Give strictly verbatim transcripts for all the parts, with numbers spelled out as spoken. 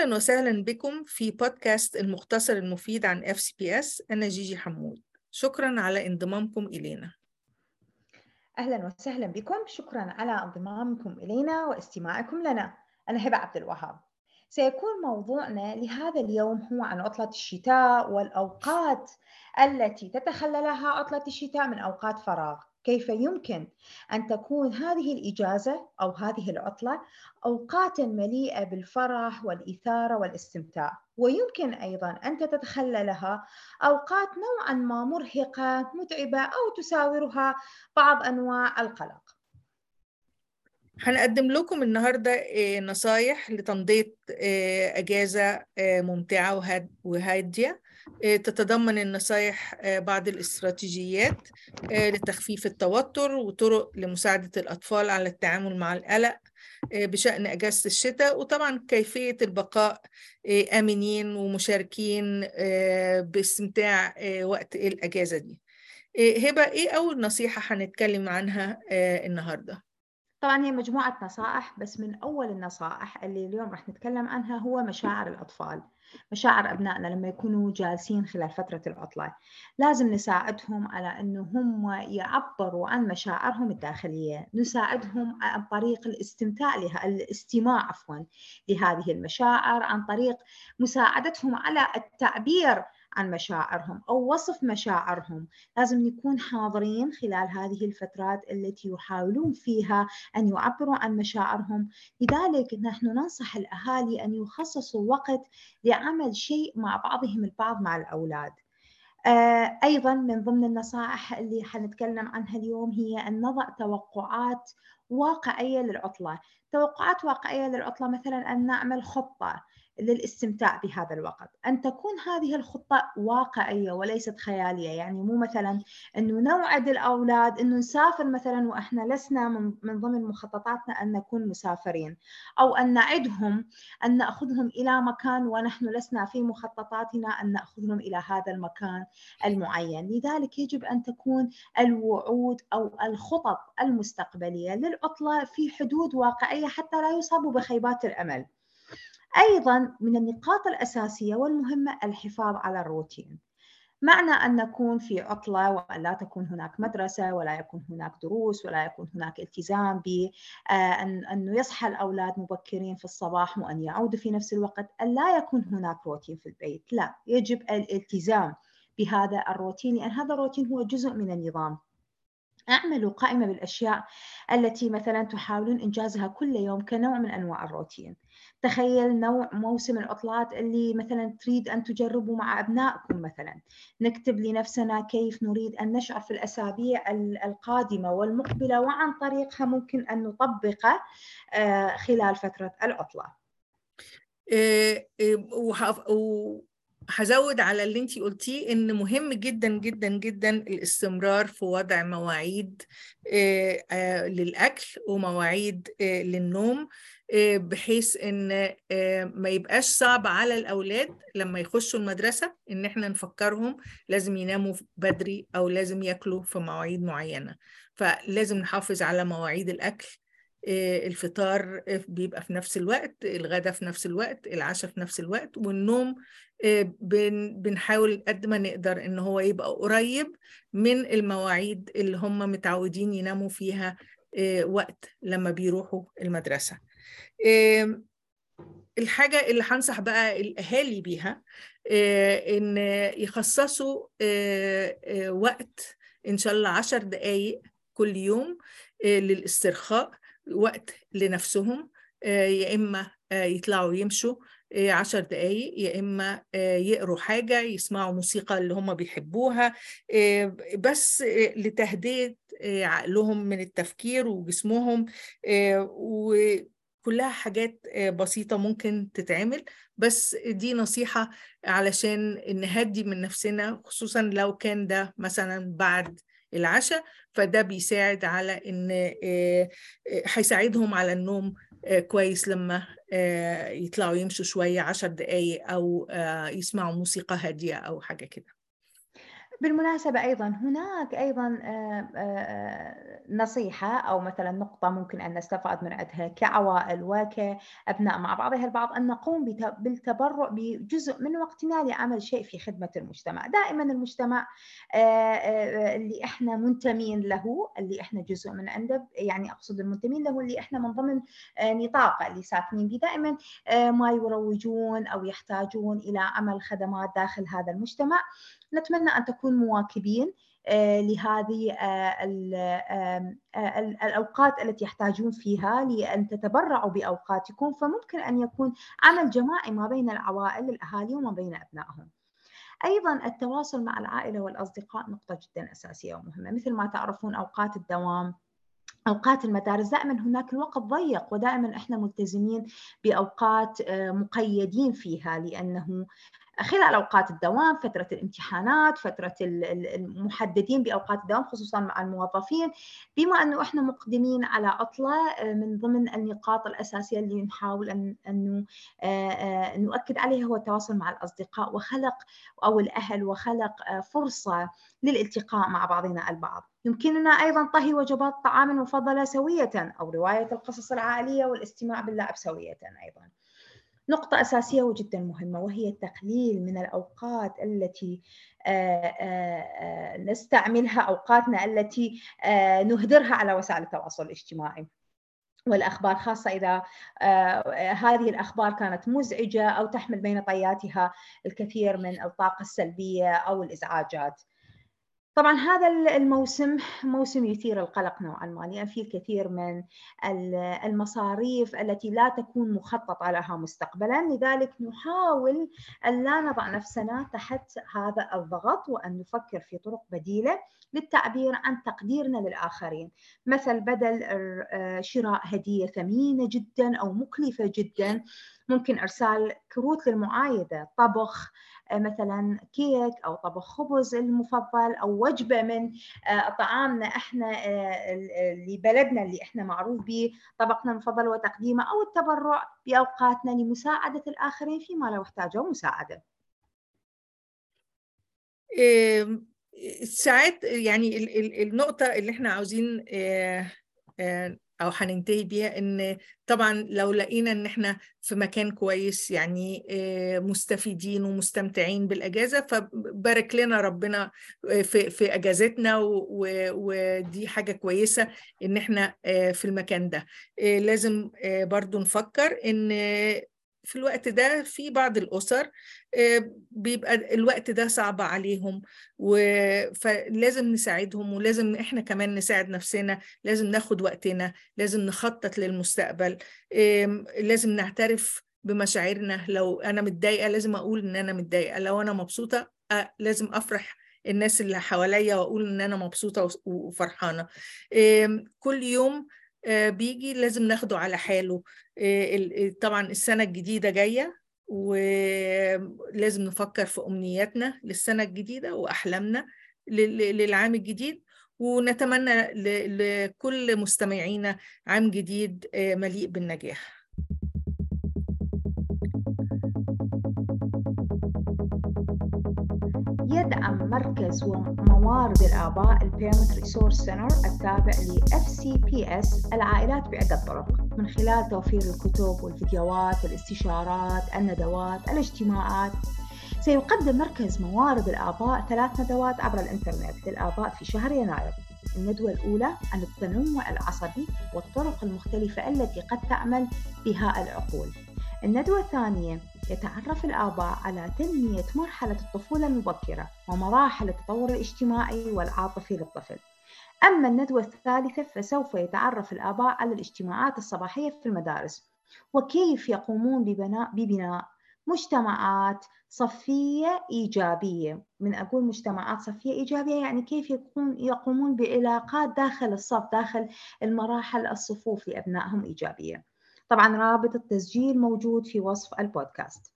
أهلا وسهلا بكم في بودكاست المختصر المفيد عن إف سي بي إس. أنا جيجي حمود، شكرا على انضمامكم إلينا. أهلا وسهلا بكم، شكرا على انضمامكم إلينا واستماعكم لنا. أنا هبة عبد الوهاب. سيكون موضوعنا لهذا اليوم هو عن عطلة الشتاء والأوقات التي تتخللها عطلة الشتاء من أوقات فراغ. كيف يمكن أن تكون هذه الإجازة أو هذه العطلة أوقاتا مليئة بالفرح والإثارة والاستمتاع، ويمكن أيضا أن تتخللها أوقات نوعا ما مرهقة متعبة أو تساورها بعض أنواع القلق. هنقدم لكم النهاردة نصايح لتمضية أجازة ممتعة وهادية. تتضمن النصايح بعض الاستراتيجيات لتخفيف التوتر وطرق لمساعدة الأطفال على التعامل مع القلق بشأن أجازة الشتاء، وطبعا كيفية البقاء آمنين ومشاركين باستمتاع وقت الأجازة دي. هبة، إيه أول نصيحة هنتكلم عنها النهاردة؟ طبعا هي مجموعة نصائح، بس من أول النصائح اللي اليوم رح نتكلم عنها هو مشاعر الأطفال، مشاعر أبنائنا لما يكونوا جالسين خلال فترة العطلة. لازم نساعدهم على أنه هم يعبروا عن مشاعرهم الداخلية، نساعدهم عن طريق الاستمتاع لها الاستماع عفوا لهذه المشاعر، عن طريق مساعدتهم على التعبير عن مشاعرهم أو وصف مشاعرهم. لازم نكون حاضرين خلال هذه الفترات التي يحاولون فيها أن يعبروا عن مشاعرهم. لذلك نحن ننصح الأهالي أن يخصصوا وقت لعمل شيء مع بعضهم البعض مع الأولاد. أيضا من ضمن النصائح اللي حنتكلم عنها اليوم هي أن نضع توقعات واقعية للعطلة. توقعات واقعية للعطلة مثلا أن نعمل خطة للاستمتاع بهذا الوقت، أن تكون هذه الخطة واقعية وليست خيالية. يعني مو مثلا أنه نوعد الأولاد أنه نسافر مثلا وإحنا لسنا من, من ضمن مخططاتنا أن نكون مسافرين، أو أن نعدهم أن نأخذهم إلى مكان ونحن لسنا في مخططاتنا أن نأخذهم إلى هذا المكان المعين. لذلك يجب أن تكون الوعود أو الخطط المستقبلية للعطلة في حدود واقعية حتى لا يصابوا بخيبات الأمل. أيضا من النقاط الأساسية والمهمة الحفاظ على الروتين. معنى أن نكون في عطلة وأن لا تكون هناك مدرسة ولا يكون هناك دروس ولا يكون هناك التزام بأن أنه يصحى الأولاد مبكرين في الصباح وأن يعودوا في نفس الوقت، أن لا يكون هناك روتين في البيت. لا، يجب الالتزام بهذا الروتين، لأن هذا الروتين هو جزء من النظام. اعملوا قائمة بالأشياء التي مثلا تحاولون إنجازها كل يوم كنوع من أنواع الروتين. تخيل نوع موسم العطلات اللي مثلا تريد أن تجربوا مع أبنائكم. مثلا نكتب لنفسنا كيف نريد أن نشعر في الأسابيع القادمة والمقبلة، وعن طريقها ممكن أن نطبقه خلال فترة العطلة. إيه إيه وهزود على اللي انتي قلتيه ان مهم جدا جدا جدا الاستمرار في وضع مواعيد إيه آه للأكل ومواعيد إيه للنوم، إيه بحيث ان إيه ما يبقاش صعب على الأولاد لما يخشوا المدرسة ان احنا نفكرهم لازم يناموا بدري او لازم ياكلوا في مواعيد معينة. فلازم نحافظ على مواعيد الأكل. الفطار بيبقى في نفس الوقت، الغداء في نفس الوقت، العشاء في نفس الوقت، والنوم بنحاول قد ما نقدر ان هو يبقى قريب من المواعيد اللي هم متعودين يناموا فيها وقت لما بيروحوا المدرسة. الحاجة اللي هنصح بقى الأهالي بيها إن يخصصوا وقت إن شاء الله عشر دقايق كل يوم للاسترخاء، وقت لنفسهم، يا إما يطلعوا يمشوا عشر دقايق، يا إما يقروا حاجة، يسمعوا موسيقى اللي هم بيحبوها، بس لتهدئة عقلهم من التفكير وجسمهم. وكلها حاجات بسيطة ممكن تتعمل، بس دي نصيحة علشان نهدي من نفسنا، خصوصا لو كان ده مثلا بعد العشاء، فده بيساعد على ان هيساعدهم على النوم كويس لما يطلعوا يمشوا شوية عشر دقايق او يسمعوا موسيقى هادية او حاجة كده. بالمناسبة أيضا هناك أيضا نصيحة أو مثلا نقطة ممكن أن نستفاد من عندها كعوائل وكأبناء مع بعضها البعض، أن نقوم بالتبرع بجزء من وقتنا لعمل شيء في خدمة المجتمع. دائما المجتمع اللي إحنا منتمين له، اللي إحنا جزء من عنده، يعني أقصد المنتمين له اللي إحنا من ضمن نطاقه اللي ساكنين به، دائما ما يروجون أو يحتاجون إلى عمل خدمات داخل هذا المجتمع. نتمنى أن تكون مواكبين لهذه الأوقات التي يحتاجون فيها لأن تتبرعوا بأوقاتكم، فممكن أن يكون عمل جماعي ما بين العوائل الأهالي وما بين أبنائهم. أيضا التواصل مع العائلة والأصدقاء نقطة جدا أساسية ومهمة. مثل ما تعرفون أوقات الدوام، أوقات المدارس، دائما هناك الوقت ضيق، ودائما إحنا ملتزمين بأوقات مقيدين فيها، لأنه خلال أوقات الدوام، فترة الامتحانات، فترة المحددين بأوقات الدوام خصوصا مع الموظفين، بما أنه إحنا مقدمين على عطلة، من ضمن النقاط الأساسية اللي نحاول أن أنه نؤكد عليها هو التواصل مع الأصدقاء وخلق أو الأهل وخلق فرصة للالتقاء مع بعضنا البعض. يمكننا أيضا طهي وجبات الطعام المفضلة سوية، أو رواية القصص العائلية والاستماع باللعب سوية. أيضا نقطة أساسية وجدا مهمة، وهي التقليل من الأوقات التي نستعملها، أوقاتنا التي نهدرها على وسائل التواصل الاجتماعي والأخبار، خاصة إذا هذه الأخبار كانت مزعجة أو تحمل بين طياتها الكثير من الطاقة السلبية أو الإزعاجات. طبعا هذا الموسم موسم يثير القلق نوعا ما، لأن فيه الكثير من المصاريف التي لا تكون مخططة لها مستقبلا، لذلك نحاول أن لا نضع نفسنا تحت هذا الضغط، وأن نفكر في طرق بديلة للتعبير عن تقديرنا للآخرين، مثل بدل شراء هدية ثمينة جدا أو مكلفة جدا، ممكن إرسال كروت للمعايدة، طبخ مثلا كيك أو طبخ خبز المفضل، أو وجبة من طعامنا إحنا لبلدنا اللي إحنا معروف به طبقنا المفضل وتقديمه، أو التبرع بأوقاتنا لمساعدة الآخرين فيما لو احتاجوا مساعدة. ساعات يعني النقطة اللي إحنا عاوزين أو هننتهي بيها، إن طبعا لو لقينا إن إحنا في مكان كويس، يعني مستفيدين ومستمتعين بالأجازة، فبارك لنا ربنا في في أجازتنا، ودي حاجة كويسة إن إحنا في المكان ده. لازم برضو نفكر إن في الوقت ده في بعض الأسر بيبقى الوقت ده صعب عليهم، فلازم نساعدهم، ولازم إحنا كمان نساعد نفسنا. لازم ناخد وقتنا، لازم نخطط للمستقبل، لازم نعترف بمشاعرنا. لو أنا متضايقة لازم أقول إن أنا متضايقة، لو أنا مبسوطة لازم أفرح الناس اللي حواليا وأقول إن أنا مبسوطة وفرحانة. كل يوم بيجي لازم ناخده على حاله. طبعا السنة الجديدة جاية، ولازم نفكر في أمنياتنا للسنة الجديدة وأحلامنا للعام الجديد، ونتمنى لكل مستمعينا عام جديد مليء بالنجاح. يدعم مركز وموارد الآباء البيرنت ريسورس سنتر التابع ل إف سي بي إس العائلات بعدة طرق، من خلال توفير الكتب والفيديوهات، الاستشارات، الندوات، الاجتماعات. سيقدم مركز موارد الآباء ثلاث ندوات عبر الإنترنت للآباء في شهر يناير. الندوة الأولى عن التنوع العصبي والطرق المختلفة التي قد تعمل بها العقول. الندوة الثانية يتعرف الآباء على تنمية مرحلة الطفولة المبكرة ومراحل التطور الاجتماعي والعاطفي للطفل. أما الندوة الثالثة فسوف يتعرف الآباء على الاجتماعات الصباحية في المدارس، وكيف يقومون ببناء, ببناء مجتمعات صفية إيجابية. من أقول مجتمعات صفية إيجابية يعني كيف يقوم يقومون بعلاقات داخل الصف، داخل المراحل الصفوف لأبنائهم إيجابية. طبعا رابط التسجيل موجود في وصف البودكاست.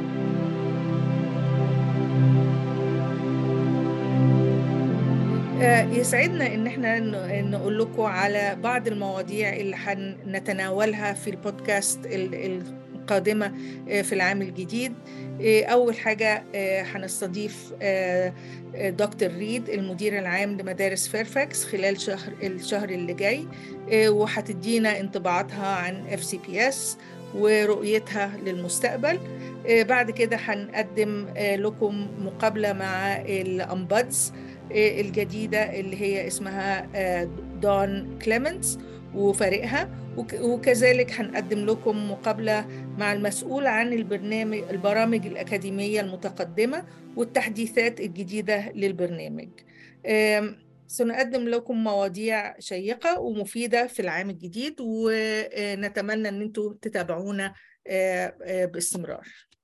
يسعدنا إن احنا نقول لكم على بعض المواضيع اللي هنتناولها في البودكاست قادمة في العام الجديد. أول حاجة هنستضيف دكتور ريد المدير العام لمدارس فيرفاكس خلال شهر الشهر اللي جاي، وهتدينا انطباعاتها عن إف سي بي إس ورؤيتها للمستقبل. بعد كده هنقدم لكم مقابلة مع الأمبادز الجديدة اللي هي اسمها دون كليمنتس وفريقها، وكذلك هنقدم لكم مقابلة مع المسؤول عن البرنامج البرامج الأكاديمية المتقدمة والتحديثات الجديدة للبرنامج. سنقدم لكم مواضيع شيقة ومفيدة في العام الجديد، ونتمنى أن أنتم تتابعونا باستمرار.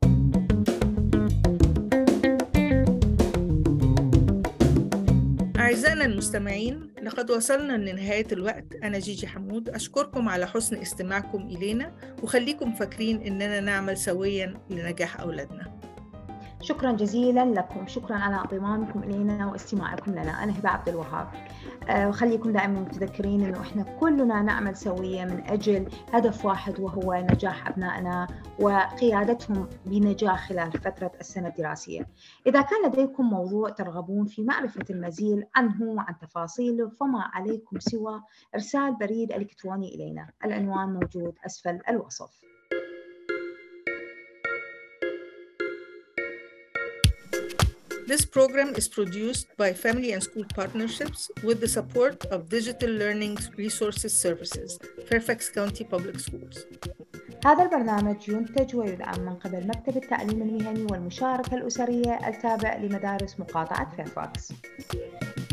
أعزائنا المستمعين، لقد وصلنا لنهاية الوقت. أنا جيجي حمود، أشكركم على حسن استماعكم إلينا، وخليكم فاكرين إننا نعمل سوياً لنجاح أولادنا. شكرا جزيلا لكم، شكرا على انضمامكم إلينا واستماعكم لنا. أنا هبة عبد الوهاب، أه وخليكم دائما متذكرين إنه إحنا كلنا نعمل سويا من أجل هدف واحد، وهو نجاح أبنائنا وقيادتهم بنجاح خلال فترة السنة الدراسية. إذا كان لديكم موضوع ترغبون في معرفة المزيد عنه وعن تفاصيله، فما عليكم سوى إرسال بريد إلكتروني إلينا. العنوان موجود أسفل الوصف. This program is produced by Family and School Partnerships with the support of Digital Learning Resources Services, Fairfax County Public Schools. هذا البرنامج ينتج ويدعم من قبل مكتب التعليم المهني والمشاركة الأسرية التابع لمدارس مقاطعة فيرفاكس.